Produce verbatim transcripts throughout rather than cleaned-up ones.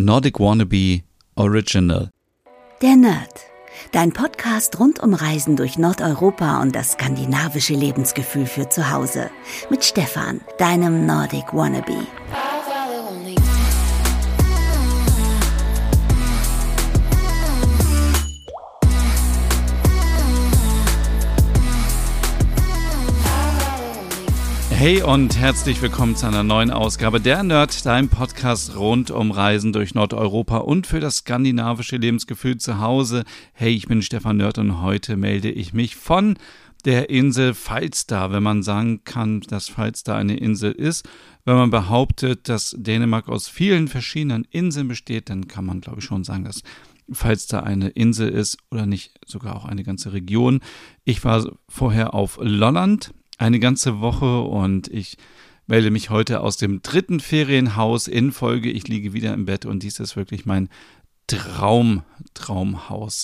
Nordic Wannabe Original. Der Nerd. Dein Podcast rund um Reisen durch Nordeuropa und das skandinavische Lebensgefühl für zu Hause. Mit Stefan, deinem Nordic Wannabe. Hey und herzlich willkommen zu einer neuen Ausgabe der Nerd, dein Podcast rund um Reisen durch Nordeuropa und für das skandinavische Lebensgefühl zu Hause. Hey, ich bin Stefan Nerd und heute melde ich mich von der Insel Falster, wenn man sagen kann, dass Falster eine Insel ist. Wenn man behauptet, dass Dänemark aus vielen verschiedenen Inseln besteht, dann kann man, glaube ich, schon sagen, dass Falster eine Insel ist oder nicht sogar auch eine ganze Region. Ich war vorher auf Lolland eine ganze Woche und ich melde mich heute aus dem dritten Ferienhaus in Folge. Ich liege wieder im Bett und dies ist wirklich mein Traum, Traumhaus.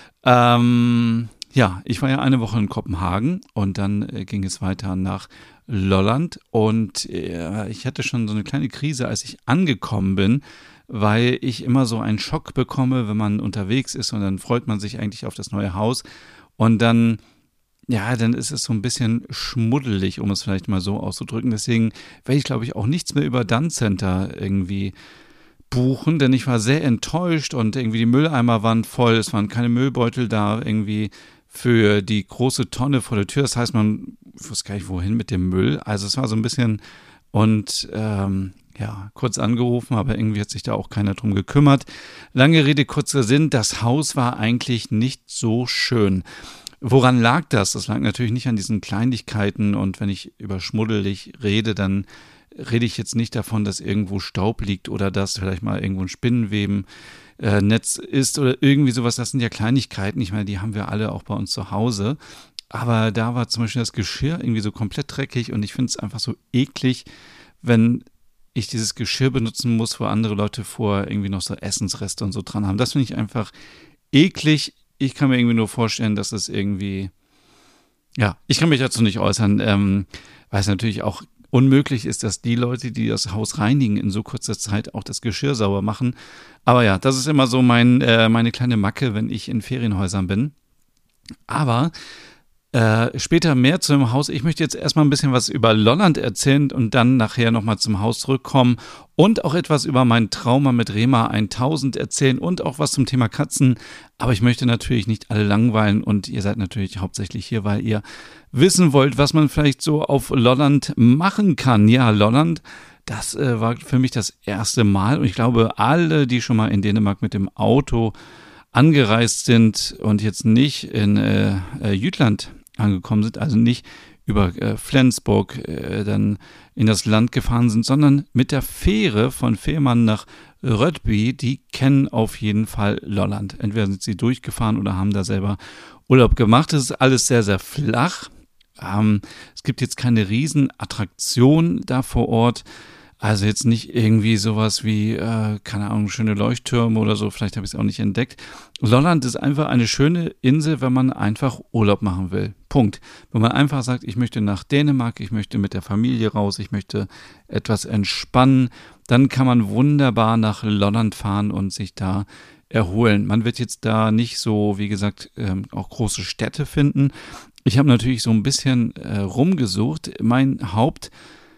Ähm, ja, ich war ja eine Woche in Kopenhagen und dann äh, ging es weiter nach Lolland und äh, ich hatte schon so eine kleine Krise, als ich angekommen bin, weil ich immer so einen Schock bekomme, wenn man unterwegs ist und dann freut man sich eigentlich auf das neue Haus und dann Ja, dann ist es so ein bisschen schmuddelig, um es vielleicht mal so auszudrücken. Deswegen werde ich, glaube ich, auch nichts mehr über Duncenter irgendwie buchen, denn ich war sehr enttäuscht und irgendwie die Mülleimer waren voll, es waren keine Müllbeutel da irgendwie für die große Tonne vor der Tür. Das heißt, man wusste gar nicht, wohin mit dem Müll. Also es war so ein bisschen und ähm, ja, kurz angerufen, aber irgendwie hat sich da auch keiner drum gekümmert. Lange Rede, kurzer Sinn, das Haus war eigentlich nicht so schön. Woran lag das? Das lag natürlich nicht an diesen Kleinigkeiten und wenn ich über schmuddelig rede, dann rede ich jetzt nicht davon, dass irgendwo Staub liegt oder dass vielleicht mal irgendwo ein Spinnenwebennetz ist oder irgendwie sowas. Das sind ja Kleinigkeiten. Ich meine, die haben wir alle auch bei uns zu Hause. Aber da war zum Beispiel das Geschirr irgendwie so komplett dreckig und ich finde es einfach so eklig, wenn ich dieses Geschirr benutzen muss, wo andere Leute vor irgendwie noch so Essensreste und so dran haben. Das finde ich einfach eklig. Ich kann mir irgendwie nur vorstellen, dass es irgendwie, ja, ich kann mich dazu nicht äußern, ähm, weil es natürlich auch unmöglich ist, dass die Leute, die das Haus reinigen, in so kurzer Zeit auch das Geschirr sauber machen. Aber ja, das ist immer so mein, äh, meine kleine Macke, wenn ich in Ferienhäusern bin. Aber Äh, später mehr zu dem Haus. Ich möchte jetzt erstmal ein bisschen was über Lolland erzählen und dann nachher nochmal zum Haus zurückkommen und auch etwas über mein Trauma mit Rema tausend erzählen und auch was zum Thema Katzen. Aber ich möchte natürlich nicht alle langweilen und ihr seid natürlich hauptsächlich hier, weil ihr wissen wollt, was man vielleicht so auf Lolland machen kann. Ja, Lolland, das äh, war für mich das erste Mal und ich glaube, alle, die schon mal in Dänemark mit dem Auto angereist sind und jetzt nicht in äh, äh, Jütland angekommen sind, also nicht über äh, Flensburg äh, dann in das Land gefahren sind, sondern mit der Fähre von Fehmarn nach Rødby, die kennen auf jeden Fall Lolland. Entweder sind sie durchgefahren oder haben da selber Urlaub gemacht. Es ist alles sehr, sehr flach. Ähm, es gibt jetzt keine Riesenattraktion da vor Ort. Also jetzt nicht irgendwie sowas wie, äh, keine Ahnung, schöne Leuchttürme oder so, vielleicht habe ich es auch nicht entdeckt. Lolland ist einfach eine schöne Insel, wenn man einfach Urlaub machen will. Punkt. Wenn man einfach sagt, ich möchte nach Dänemark, ich möchte mit der Familie raus, ich möchte etwas entspannen, dann kann man wunderbar nach Lolland fahren und sich da erholen. Man wird jetzt da nicht so, wie gesagt, ähm, auch große Städte finden. Ich habe natürlich so ein bisschen äh, rumgesucht. Mein Haupt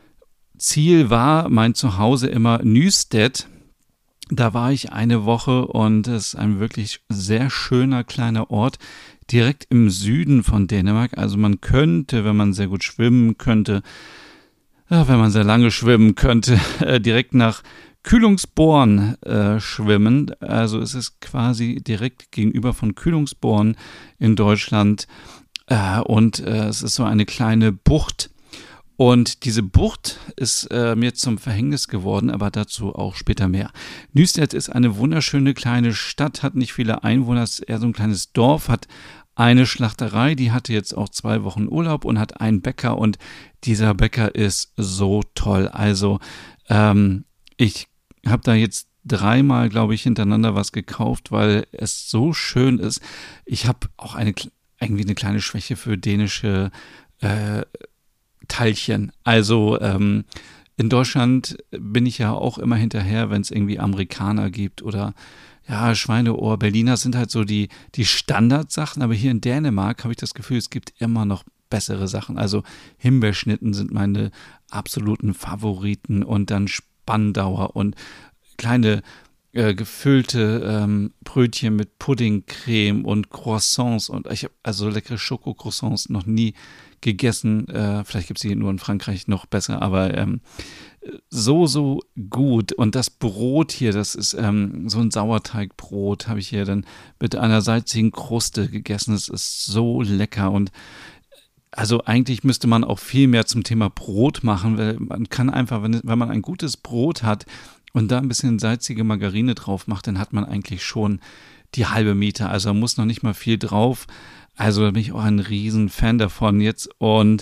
Ziel war mein Zuhause immer Nüstedt. Da war ich eine Woche und es ist ein wirklich sehr schöner kleiner Ort, direkt im Süden von Dänemark. Also man könnte, wenn man sehr gut schwimmen könnte, ja, wenn man sehr lange schwimmen könnte, äh, direkt nach Kühlungsborn äh, schwimmen. Also es ist quasi direkt gegenüber von Kühlungsborn in Deutschland äh, und äh, es ist so eine kleine Bucht. Und diese Bucht ist äh, mir zum Verhängnis geworden, aber dazu auch später mehr. Nüstedt ist eine wunderschöne kleine Stadt, hat nicht viele Einwohner, ist eher so ein kleines Dorf, hat eine Schlachterei, die hatte jetzt auch zwei Wochen Urlaub und hat einen Bäcker und dieser Bäcker ist so toll. Also ähm, ich habe da jetzt dreimal, glaube ich, hintereinander was gekauft, weil es so schön ist. Ich habe auch eine irgendwie eine kleine Schwäche für dänische äh, Teilchen. Also ähm, in Deutschland bin ich ja auch immer hinterher, wenn es irgendwie Amerikaner gibt oder ja, Schweineohr, Berliner sind halt so die, die Standardsachen, aber hier in Dänemark habe ich das Gefühl, es gibt immer noch bessere Sachen. Also Himbeerschnitten sind meine absoluten Favoriten und dann Spandauer und kleine äh, gefüllte ähm, Brötchen mit Puddingcreme und Croissants und ich habe also leckere Schokocroissants noch nie gegessen. Äh, vielleicht gibt es die nur in Frankreich noch besser, aber ähm, so, so gut. Und das Brot hier, das ist ähm, so ein Sauerteigbrot, habe ich hier dann mit einer salzigen Kruste gegessen. Es ist so lecker und also eigentlich müsste man auch viel mehr zum Thema Brot machen, weil man kann einfach, wenn, wenn man ein gutes Brot hat und da ein bisschen salzige Margarine drauf macht, dann hat man eigentlich schon die halbe Miete. Also da muss noch nicht mal viel drauf. Also da bin ich auch ein riesen Fan davon jetzt und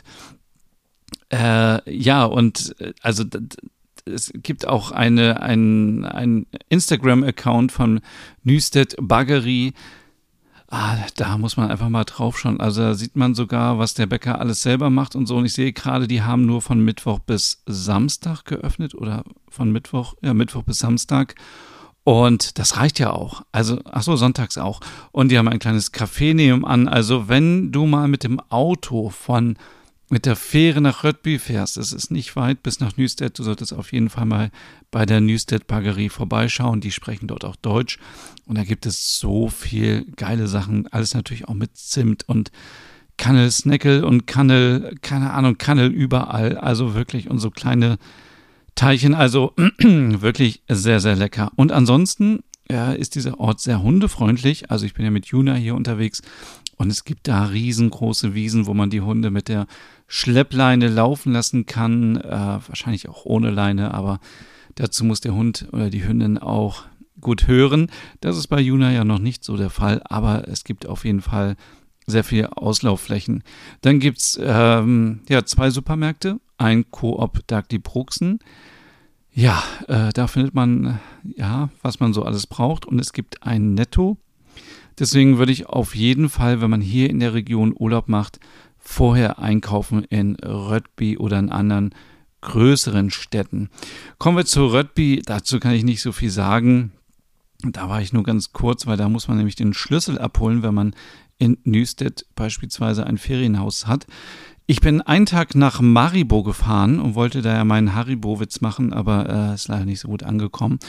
äh, ja, und also es gibt auch eine, ein, ein Instagram-Account von Nysted Baggery. Ah, da muss man einfach mal drauf schauen. Also da sieht man sogar, was der Bäcker alles selber macht und so. Und ich sehe gerade, die haben nur von Mittwoch bis Samstag geöffnet oder von Mittwoch, ja, Mittwoch bis Samstag. Und das reicht ja auch. Also, ach so, sonntags auch. Und die haben ein kleines Café nebenan. Also wenn du mal mit dem Auto von mit der Fähre nach Rødby fährst, es ist nicht weit bis nach Nysted, du solltest auf jeden Fall mal bei der Nysted Baggery vorbeischauen, die sprechen dort auch Deutsch und da gibt es so viel geile Sachen, alles natürlich auch mit Zimt und Kannel, Snackel und Kannel, keine Ahnung, Kannel überall, also wirklich und so kleine Teilchen, also wirklich sehr, sehr lecker. Und ansonsten ja, ist dieser Ort sehr hundefreundlich, also ich bin ja mit Juna hier unterwegs und es gibt da riesengroße Wiesen, wo man die Hunde mit der Schleppleine laufen lassen kann, äh, wahrscheinlich auch ohne Leine, aber dazu muss der Hund oder die Hündin auch gut hören. Das ist bei Juna ja noch nicht so der Fall, aber es gibt auf jeden Fall sehr viele Auslaufflächen. Dann gibt es ähm, ja, zwei Supermärkte, ein Coop Dagli Brugsen. Ja, äh, da findet man ja, was man so alles braucht und es gibt ein Netto. Deswegen würde ich auf jeden Fall, wenn man hier in der Region Urlaub macht, vorher einkaufen in Rødby oder in anderen größeren Städten. Kommen wir zu Rødby, dazu kann ich nicht so viel sagen. Da war ich nur ganz kurz, weil da muss man nämlich den Schlüssel abholen, wenn man in Nysted beispielsweise ein Ferienhaus hat. Ich bin einen Tag nach Maribor gefahren und wollte da ja meinen Haribo-Witz machen, aber äh, ist leider nicht so gut angekommen.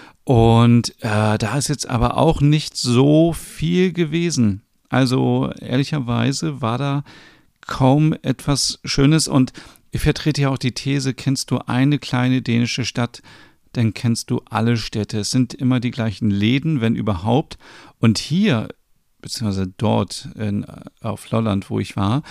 Und äh, da ist jetzt aber auch nicht so viel gewesen. Also ehrlicherweise war da kaum etwas Schönes und ich vertrete ja auch die These, kennst du eine kleine dänische Stadt, dann kennst du alle Städte. Es sind immer die gleichen Läden, wenn überhaupt. Und hier, beziehungsweise dort in, auf Lolland, wo ich war,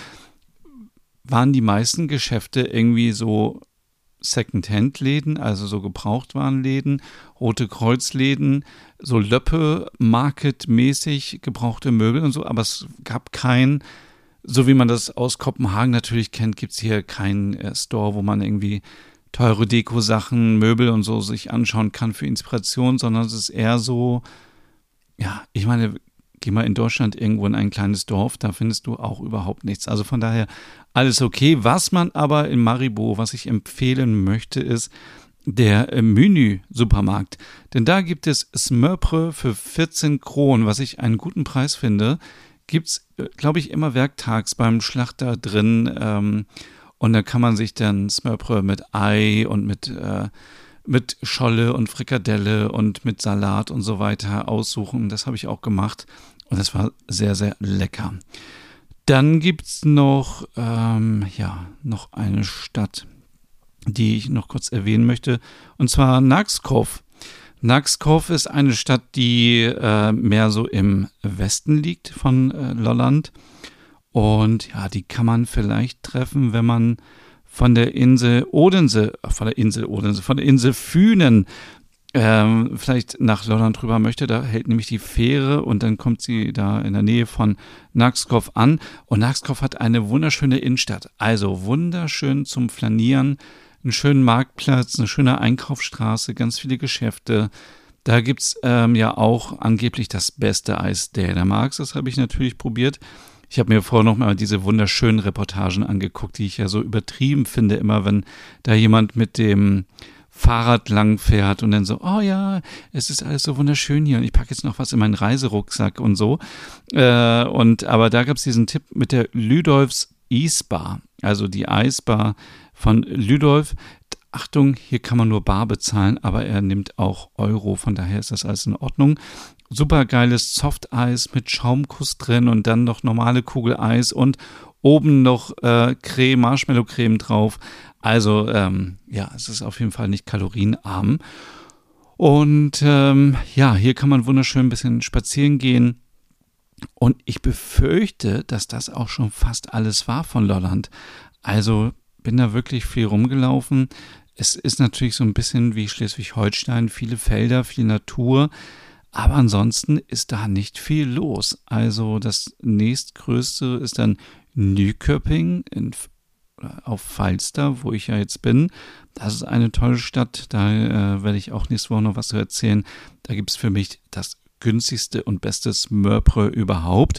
waren die meisten Geschäfte irgendwie so Second-Hand-Läden, also so Gebrauchtwarenläden, Rote Kreuz-Läden, so Löppe-Market-mäßig gebrauchte Möbel und so, aber es gab kein, so wie man das aus Kopenhagen natürlich kennt, gibt es hier keinen äh, Store, wo man irgendwie teure Deko-Sachen, Möbel und so sich anschauen kann für Inspiration, sondern es ist eher so, ja, ich meine, geh mal in Deutschland irgendwo in ein kleines Dorf, da findest du auch überhaupt nichts. Also von daher alles okay. Was man aber in Maribor, was ich empfehlen möchte, ist der Menü-Supermarkt. Denn da gibt es Smørbrød für vierzehn Kronen, was ich einen guten Preis finde. Gibt es, glaube ich, immer werktags beim Schlachter drin. Ähm, und da kann man sich dann Smørbrød mit Ei und mit, äh, mit Scholle und Frikadelle und mit Salat und so weiter aussuchen. Das habe ich auch gemacht. Und das war sehr, sehr lecker. Dann gibt es noch, ähm, ja, noch eine Stadt, die ich noch kurz erwähnen möchte, und zwar Nakskov. Nakskov ist eine Stadt, die äh, mehr so im Westen liegt von äh, Lolland. Und ja, die kann man vielleicht treffen, wenn man von der Insel Odense, von der Insel Odense, von der Insel Fünen ähm, vielleicht nach Lolland rüber möchte. Da hält nämlich die Fähre und dann kommt sie da in der Nähe von Nakskov an. Und Nakskov hat eine wunderschöne Innenstadt, also wunderschön zum Flanieren, einen schönen Marktplatz, eine schöne Einkaufsstraße, ganz viele Geschäfte. Da gibt es ähm, ja auch angeblich das beste Eis Dänemarks. Das habe ich natürlich probiert. Ich habe mir vorher noch mal diese wunderschönen Reportagen angeguckt, die ich ja so übertrieben finde, immer wenn da jemand mit dem Fahrrad lang fährt und dann so, oh ja, es ist alles so wunderschön hier und ich packe jetzt noch was in meinen Reiserucksack und so. Äh, und aber da gab es diesen Tipp mit der Lüdolfs Eisbar, also die Eisbar von Lüdolf. Achtung, hier kann man nur bar bezahlen, aber er nimmt auch Euro, von daher ist das alles in Ordnung. Super geiles Softeis mit Schaumkuss drin und dann noch normale Kugel Eis und oben noch äh, Creme, Marshmallow-Creme drauf. Also ähm, ja, es ist auf jeden Fall nicht kalorienarm. Und ähm, ja, hier kann man wunderschön ein bisschen spazieren gehen. Und ich befürchte, dass das auch schon fast alles war von Lolland. Also bin da wirklich viel rumgelaufen. Es ist natürlich so ein bisschen wie Schleswig-Holstein, viele Felder, viel Natur. Aber ansonsten ist da nicht viel los. Also das nächstgrößte ist dann Nyköping in, auf Falster, wo ich ja jetzt bin. Das ist eine tolle Stadt. Da äh, werde ich auch nächste Woche noch was zu erzählen. Da gibt es für mich das günstigste und beste Smørbrød überhaupt.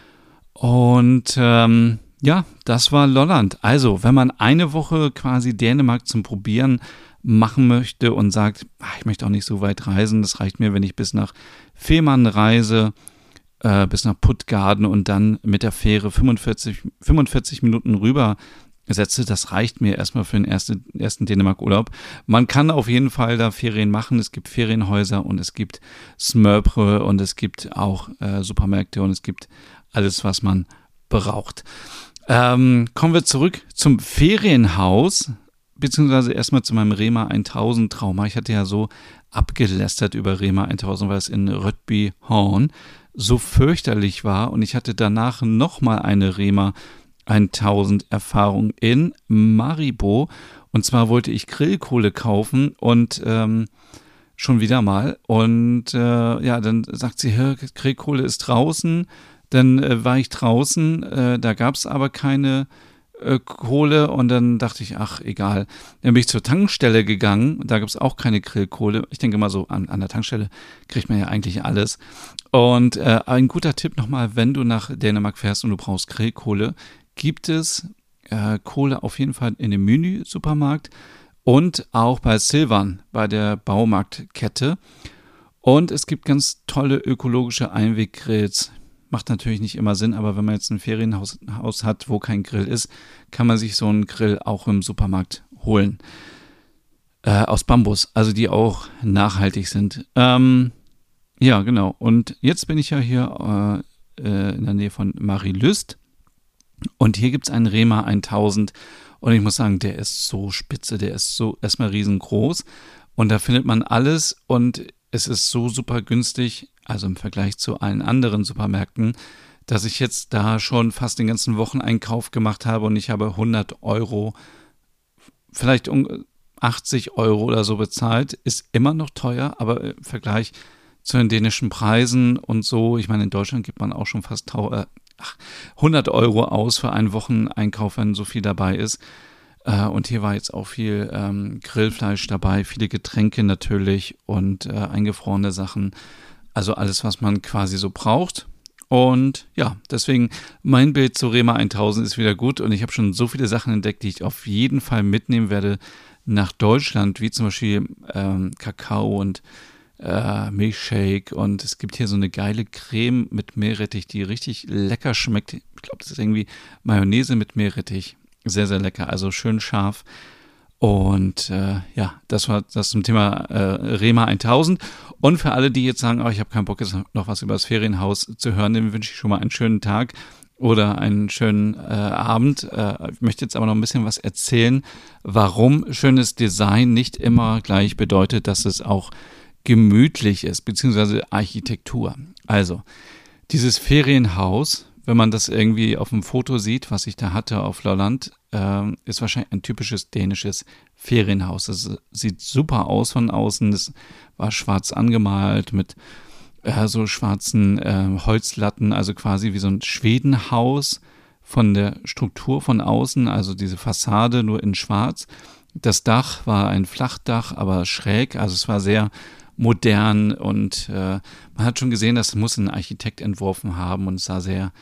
Und ähm, ja, das war Lolland. Also, wenn man eine Woche quasi Dänemark zum Probieren machen möchte und sagt, ach, ich möchte auch nicht so weit reisen, das reicht mir, wenn ich bis nach Fehmarn reise, äh, bis nach Puttgarden und dann mit der Fähre fünfundvierzig, fünfundvierzig Minuten rüber setze, das reicht mir erstmal für den erste, ersten Dänemark-Urlaub. Man kann auf jeden Fall da Ferien machen, es gibt Ferienhäuser und es gibt Smørbrød und es gibt auch äh, Supermärkte und es gibt alles, was man braucht. Ähm, kommen wir zurück zum Ferienhaus, beziehungsweise erstmal zu meinem Rema tausend Trauma. Ich hatte ja so abgelästert über Rema tausend, weil es in Rødby Havn so fürchterlich war und ich hatte danach nochmal eine Rema tausend Erfahrung in Maribor und zwar wollte ich Grillkohle kaufen und ähm, schon wieder mal und äh, ja, dann sagt sie, Grillkohle ist draußen, dann äh, war ich draußen, äh, da gab es aber keine äh, Kohle und dann dachte ich, ach egal, dann bin ich zur Tankstelle gegangen, da gab es auch keine Grillkohle, ich denke mal so, an, an der Tankstelle kriegt man ja eigentlich alles und äh, ein guter Tipp nochmal, wenn du nach Dänemark fährst und du brauchst Grillkohle, gibt es äh, Kohle auf jeden Fall in dem Menü-Supermarkt und auch bei Silvan, bei der Baumarktkette. Und es gibt ganz tolle ökologische Einweggrills. Macht natürlich nicht immer Sinn, aber wenn man jetzt ein Ferienhaus Haus hat, wo kein Grill ist, kann man sich so einen Grill auch im Supermarkt holen. Äh, aus Bambus, also die auch nachhaltig sind. Ähm, ja, genau. Und jetzt bin ich ja hier äh, äh, in der Nähe von Marielyst. Und hier gibt es einen Rema tausend und ich muss sagen, der ist so spitze, der ist so erstmal riesengroß und da findet man alles und es ist so super günstig, also im Vergleich zu allen anderen Supermärkten, dass ich jetzt da schon fast den ganzen Wocheneinkauf gemacht habe und ich habe hundert Euro, vielleicht um achtzig Euro oder so bezahlt, ist immer noch teuer, aber im Vergleich zu den dänischen Preisen und so, ich meine, in Deutschland gibt man auch schon fast äh, hundert Euro aus für einen Wocheneinkauf, wenn so viel dabei ist. Äh, und hier war jetzt auch viel ähm, Grillfleisch dabei, viele Getränke natürlich und äh, eingefrorene Sachen. Also alles, was man quasi so braucht. Und ja, deswegen mein Bild zu Rema tausend ist wieder gut und ich habe schon so viele Sachen entdeckt, die ich auf jeden Fall mitnehmen werde nach Deutschland, wie zum Beispiel ähm, Kakao und Äh, Milchshake und es gibt hier so eine geile Creme mit Meerrettich, die richtig lecker schmeckt. Ich glaube, das ist irgendwie Mayonnaise mit Meerrettich. Sehr, sehr lecker, also schön scharf. Und äh, ja, das war das zum Thema äh, Rema tausend. Und für alle, die jetzt sagen, oh, ich habe keinen Bock, jetzt noch was über das Ferienhaus zu hören, dem wünsche ich schon mal einen schönen Tag oder einen schönen äh, Abend. Äh, ich möchte jetzt aber noch ein bisschen was erzählen, warum schönes Design nicht immer gleich bedeutet, dass es auch gemütlich ist, beziehungsweise Architektur. Also, dieses Ferienhaus, wenn man das irgendwie auf dem Foto sieht, was ich da hatte auf Lolland, äh, ist wahrscheinlich ein typisches dänisches Ferienhaus. Es sieht super aus von außen. Es war schwarz angemalt mit äh, so schwarzen äh, Holzlatten, also quasi wie so ein Schwedenhaus von der Struktur von außen, also diese Fassade nur in schwarz. Das Dach war ein Flachdach, aber schräg, also es war sehr modern und äh, man hat schon gesehen, das muss ein Architekt entworfen haben und es sah sehr,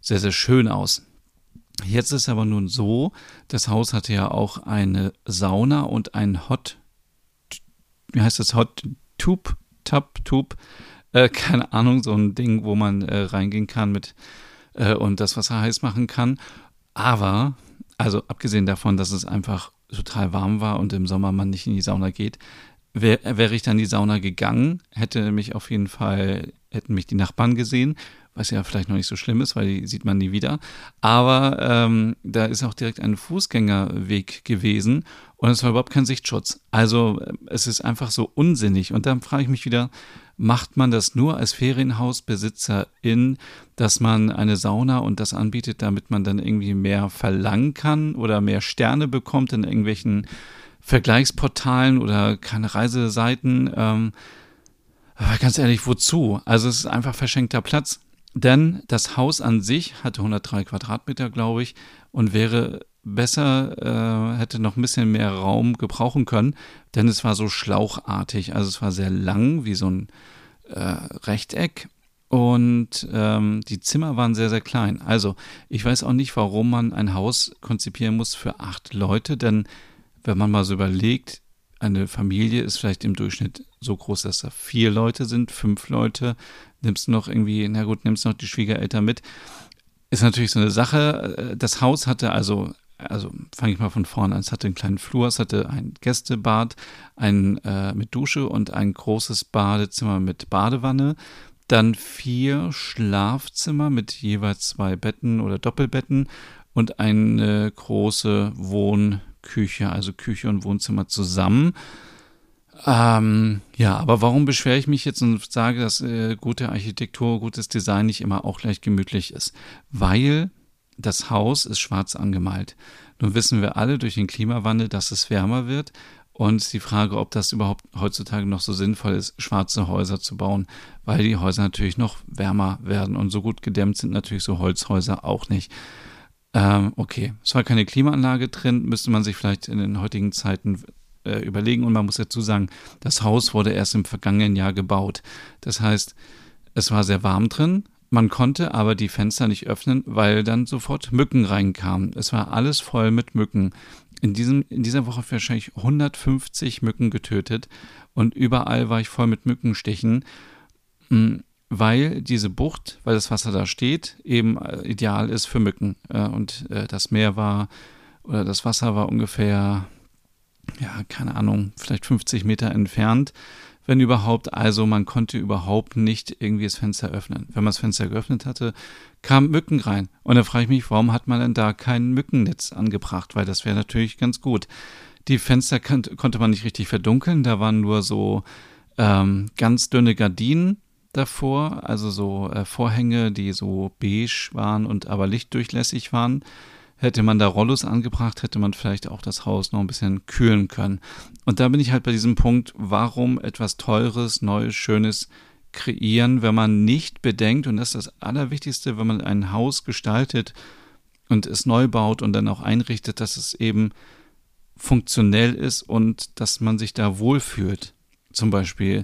sehr, sehr schön aus. Jetzt ist aber nun so, das Haus hatte ja auch eine Sauna und ein Hot, wie heißt das, Hot Tube, Tub, Tube, äh, keine Ahnung, so ein Ding, wo man äh, reingehen kann mit äh, und das Wasser heiß machen kann. Aber, also abgesehen davon, dass es einfach total warm war und im Sommer man nicht in die Sauna geht, wär, wäre ich dann in die Sauna gegangen, hätte mich auf jeden Fall, hätten mich die Nachbarn gesehen, was ja vielleicht noch nicht so schlimm ist, weil die sieht man nie wieder. Aber ähm, da ist auch direkt ein Fußgängerweg gewesen und es war überhaupt kein Sichtschutz. Also es ist einfach so unsinnig. Und dann frage ich mich wieder, macht man das nur als Ferienhausbesitzerin, dass man eine Sauna und das anbietet, damit man dann irgendwie mehr verlangen kann oder mehr Sterne bekommt in irgendwelchen Vergleichsportalen oder keine Reiseseiten? Ähm, aber ganz ehrlich, wozu? Also es ist einfach verschenkter Platz. Denn das Haus an sich hatte hundertdrei Quadratmeter, glaube ich, und wäre besser, äh, hätte noch ein bisschen mehr Raum gebrauchen können, denn es war so schlauchartig. Also es war sehr lang, wie so ein äh, Rechteck, und ähm, die Zimmer waren sehr, sehr klein. Also ich weiß auch nicht, warum man ein Haus konzipieren muss für acht Leute, denn wenn man mal so überlegt, eine Familie ist vielleicht im Durchschnitt so groß, dass da vier Leute sind, fünf Leute, nimmst du noch irgendwie, na gut, nimmst du noch die Schwiegereltern mit. Ist natürlich so eine Sache. Das Haus hatte also, also fange ich mal von vorne an, es hatte einen kleinen Flur, es hatte ein Gästebad, ein äh, mit Dusche und ein großes Badezimmer mit Badewanne. Dann vier Schlafzimmer mit jeweils zwei Betten oder Doppelbetten und eine große Wohnküche, also Küche und Wohnzimmer zusammen. Ähm, ja, aber warum beschwere ich mich jetzt und sage, dass äh, gute Architektur, gutes Design nicht immer auch gleich gemütlich ist? Weil das Haus ist schwarz angemalt. Nun wissen wir alle durch den Klimawandel, dass es wärmer wird. Und die Frage, ob das überhaupt heutzutage noch so sinnvoll ist, schwarze Häuser zu bauen, weil die Häuser natürlich noch wärmer werden. Und so gut gedämmt sind natürlich so Holzhäuser auch nicht. Ähm, okay, es war keine Klimaanlage drin, müsste man sich vielleicht in den heutigen Zeiten äh, überlegen. Und man muss dazu sagen, das Haus wurde erst im vergangenen Jahr gebaut. Das heißt, es war sehr warm drin. Man konnte aber die Fenster nicht öffnen, weil dann sofort Mücken reinkamen. Es war alles voll mit Mücken. In, diesem, in dieser Woche wahrscheinlich hundertfünfzig Mücken getötet und überall war ich voll mit Mückenstichen, weil diese Bucht, weil das Wasser da steht, eben ideal ist für Mücken. Und das Meer war, oder das Wasser war ungefähr, ja, keine Ahnung, vielleicht fünfzig Meter entfernt, wenn überhaupt. Also man konnte überhaupt nicht irgendwie das Fenster öffnen. Wenn man das Fenster geöffnet hatte, kamen Mücken rein. Und da frage ich mich, warum hat man denn da kein Mückennetz angebracht? Weil das wäre natürlich ganz gut. Die Fenster kon- konnte man nicht richtig verdunkeln. Da waren nur so ähm, ganz dünne Gardinen davor, also so äh, Vorhänge, die so beige waren und aber lichtdurchlässig waren. Hätte man da Rollos angebracht, hätte man vielleicht auch das Haus noch ein bisschen kühlen können. Und da bin ich halt bei diesem Punkt, warum etwas Teures, Neues, Schönes kreieren, wenn man nicht bedenkt, und das ist das Allerwichtigste, wenn man ein Haus gestaltet und es neu baut und dann auch einrichtet, dass es eben funktionell ist und dass man sich da wohlfühlt. Zum Beispiel,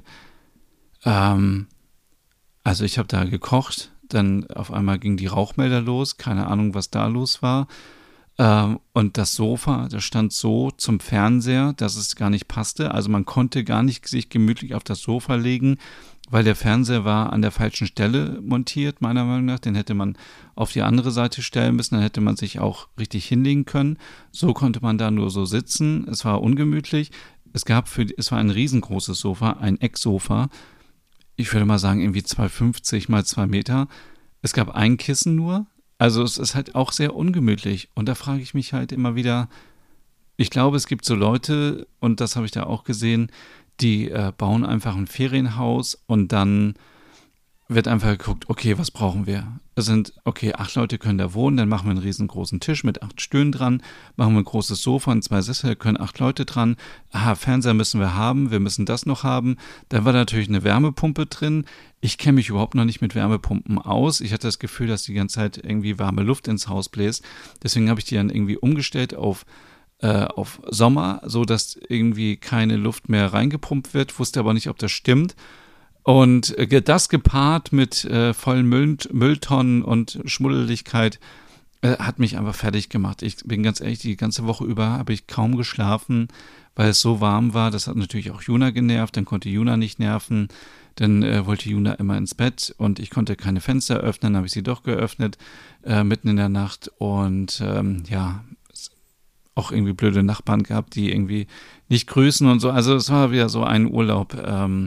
ähm, also ich habe da gekocht, dann auf einmal ging die Rauchmelder los, keine Ahnung, was da los war. Ähm, und das Sofa, das stand so zum Fernseher, dass es gar nicht passte. Also man konnte gar nicht sich gemütlich auf das Sofa legen, weil der Fernseher war an der falschen Stelle montiert, meiner Meinung nach. Den hätte man auf die andere Seite stellen müssen, dann hätte man sich auch richtig hinlegen können. So konnte man da nur so sitzen. Es war ungemütlich. Es gab für, es war ein riesengroßes Sofa, ein Ecksofa. Ich würde mal sagen, irgendwie zwei Meter fünfzig mal zwei Meter. Es gab ein Kissen nur. Also es ist halt auch sehr ungemütlich. Und da frage ich mich halt immer wieder, ich glaube, es gibt so Leute, und das habe ich da auch gesehen, die äh, bauen einfach ein Ferienhaus und dann wird einfach geguckt, okay, was brauchen wir? Es sind, okay, acht Leute können da wohnen, dann machen wir einen riesengroßen Tisch mit acht Stühlen dran, machen wir ein großes Sofa und zwei Sessel, können acht Leute dran. Aha, Fernseher müssen wir haben, wir müssen das noch haben. Dann war natürlich eine Wärmepumpe drin. Ich kenne mich überhaupt noch nicht mit Wärmepumpen aus. Ich hatte das Gefühl, dass die ganze Zeit irgendwie warme Luft ins Haus bläst. Deswegen habe ich die dann irgendwie umgestellt auf äh, auf Sommer, so dass irgendwie keine Luft mehr reingepumpt wird. Wusste aber nicht, ob das stimmt. Und das gepaart mit äh, vollen Müll, Mülltonnen und Schmuddeligkeit äh, hat mich einfach fertig gemacht. Ich bin ganz ehrlich, die ganze Woche über habe ich kaum geschlafen, weil es so warm war. Das hat natürlich auch Juna genervt, dann konnte Juna nicht nerven. Dann äh, wollte Juna immer ins Bett und ich konnte keine Fenster öffnen, dann habe ich sie doch geöffnet, äh, mitten in der Nacht. Und ähm, ja, auch irgendwie blöde Nachbarn gehabt, die irgendwie nicht grüßen und so. Also es war wieder so ein Urlaub, ähm,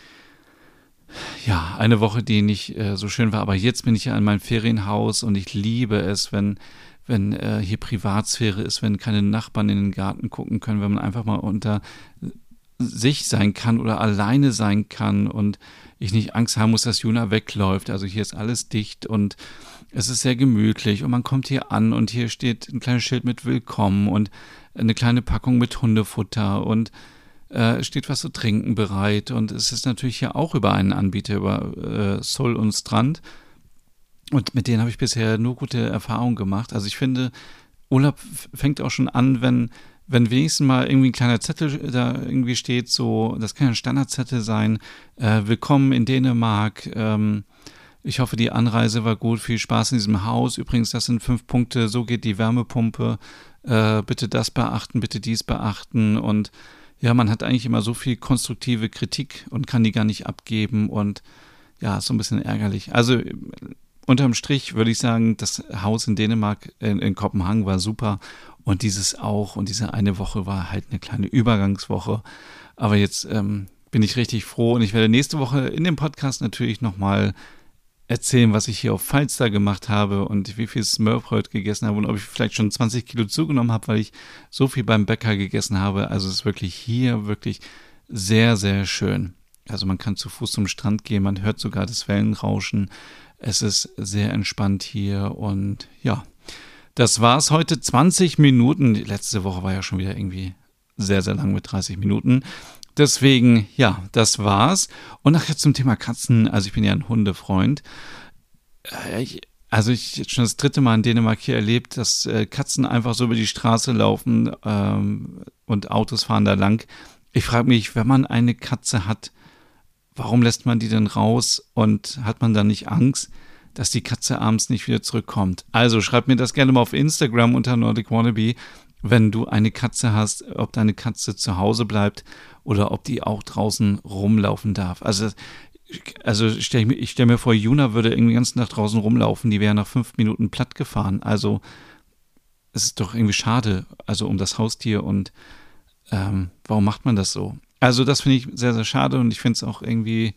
ja, eine Woche, die nicht äh, so schön war. Aber jetzt bin ich ja in meinem Ferienhaus und ich liebe es, wenn, wenn äh, hier Privatsphäre ist, wenn keine Nachbarn in den Garten gucken können, wenn man einfach mal unter sich sein kann oder alleine sein kann und ich nicht Angst haben muss, dass Juna wegläuft. Also hier ist alles dicht und es ist sehr gemütlich und man kommt hier an und hier steht ein kleines Schild mit Willkommen und eine kleine Packung mit Hundefutter und äh, steht was zu trinken bereit und es ist natürlich hier auch über einen Anbieter, über äh, Sol und Strand und mit denen habe ich bisher nur gute Erfahrungen gemacht. Also ich finde, Urlaub fängt auch schon an, wenn Wenn wenigstens mal irgendwie ein kleiner Zettel da irgendwie steht, so, das kann ja ein Standardzettel sein, äh, willkommen in Dänemark, ähm, ich hoffe, die Anreise war gut, viel Spaß in diesem Haus, übrigens, das sind fünf Punkte, so geht die Wärmepumpe, äh, bitte das beachten, bitte dies beachten und ja, man hat eigentlich immer so viel konstruktive Kritik und kann die gar nicht abgeben und ja, ist so ein bisschen ärgerlich. Also unterm Strich würde ich sagen, das Haus in Dänemark, in, in Kopenhagen war super und dieses auch und diese eine Woche war halt eine kleine Übergangswoche. Aber jetzt ähm, bin ich richtig froh und ich werde nächste Woche in dem Podcast natürlich nochmal erzählen, was ich hier auf Falster gemacht habe und wie viel Smurf heute gegessen habe und ob ich vielleicht schon zwanzig Kilo zugenommen habe, weil ich so viel beim Bäcker gegessen habe. Also es ist wirklich hier wirklich sehr, sehr schön. Also man kann zu Fuß zum Strand gehen, man hört sogar das Wellenrauschen. Es ist sehr entspannt hier und ja, das war's heute. zwanzig Minuten. Die letzte Woche war ja schon wieder irgendwie sehr, sehr lang mit dreißig Minuten. Deswegen, ja, das war's. Und nachher zum Thema Katzen. Also ich bin ja ein Hundefreund. Ich, also ich habe schon das dritte Mal in Dänemark hier erlebt, dass äh, Katzen einfach so über die Straße laufen ähm, und Autos fahren da lang. Ich frage mich, wenn man eine Katze hat, warum lässt man die denn raus und hat man dann nicht Angst, dass die Katze abends nicht wieder zurückkommt? Also schreib mir das gerne mal auf Instagram unter Nordic Wannabe, wenn du eine Katze hast, ob deine Katze zu Hause bleibt oder ob die auch draußen rumlaufen darf. Also, also stell ich, mir, ich stelle mir vor, Juna würde irgendwie den ganzen Tag draußen rumlaufen, die wäre nach fünf Minuten platt gefahren. Also es ist doch irgendwie schade, also um das Haustier und ähm, warum macht man das so? Also das finde ich sehr, sehr schade und ich finde es auch irgendwie,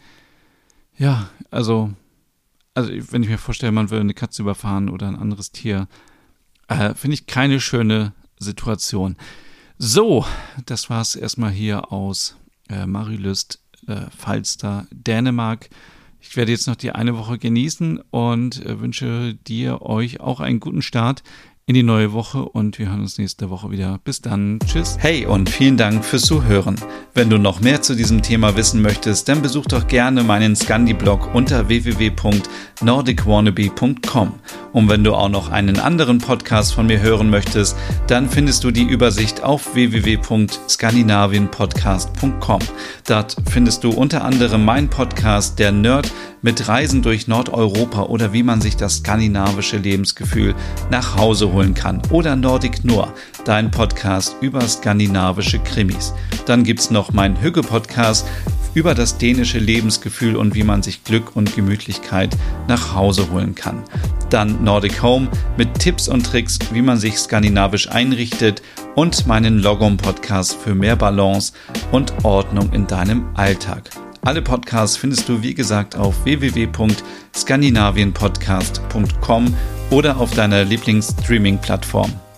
ja, also, also wenn ich mir vorstelle, man würde eine Katze überfahren oder ein anderes Tier, äh, finde ich keine schöne Situation. So, das war es erstmal hier aus äh, Marielyst, äh, Falster, Dänemark. Ich werde jetzt noch die eine Woche genießen und äh, wünsche dir, euch auch einen guten Start in die neue Woche und wir hören uns nächste Woche wieder. Bis dann. Tschüss. Hey und vielen Dank fürs Zuhören. Wenn du noch mehr zu diesem Thema wissen möchtest, dann besuch doch gerne meinen Scandi-Blog unter w w w punkt nordic wannabe punkt com. Und wenn du auch noch einen anderen Podcast von mir hören möchtest, dann findest du die Übersicht auf w w w punkt skandinavien podcast punkt com. Dort findest du unter anderem meinen Podcast Der Nerd mit Reisen durch Nordeuropa oder wie man sich das skandinavische Lebensgefühl nach Hause holen kann. Oder Nordic Noir, dein Podcast über skandinavische Krimis. Dann gibt's noch meinen Hügge-Podcast über das dänische Lebensgefühl und wie man sich Glück und Gemütlichkeit nach Hause holen kann. Dann Nordic Home mit Tipps und Tricks, wie man sich skandinavisch einrichtet und meinen Logom-Podcast für mehr Balance und Ordnung in deinem Alltag. Alle Podcasts findest du, wie gesagt, auf w w w punkt skandinavien podcast punkt com oder auf deiner Lieblings-Streaming-Plattform.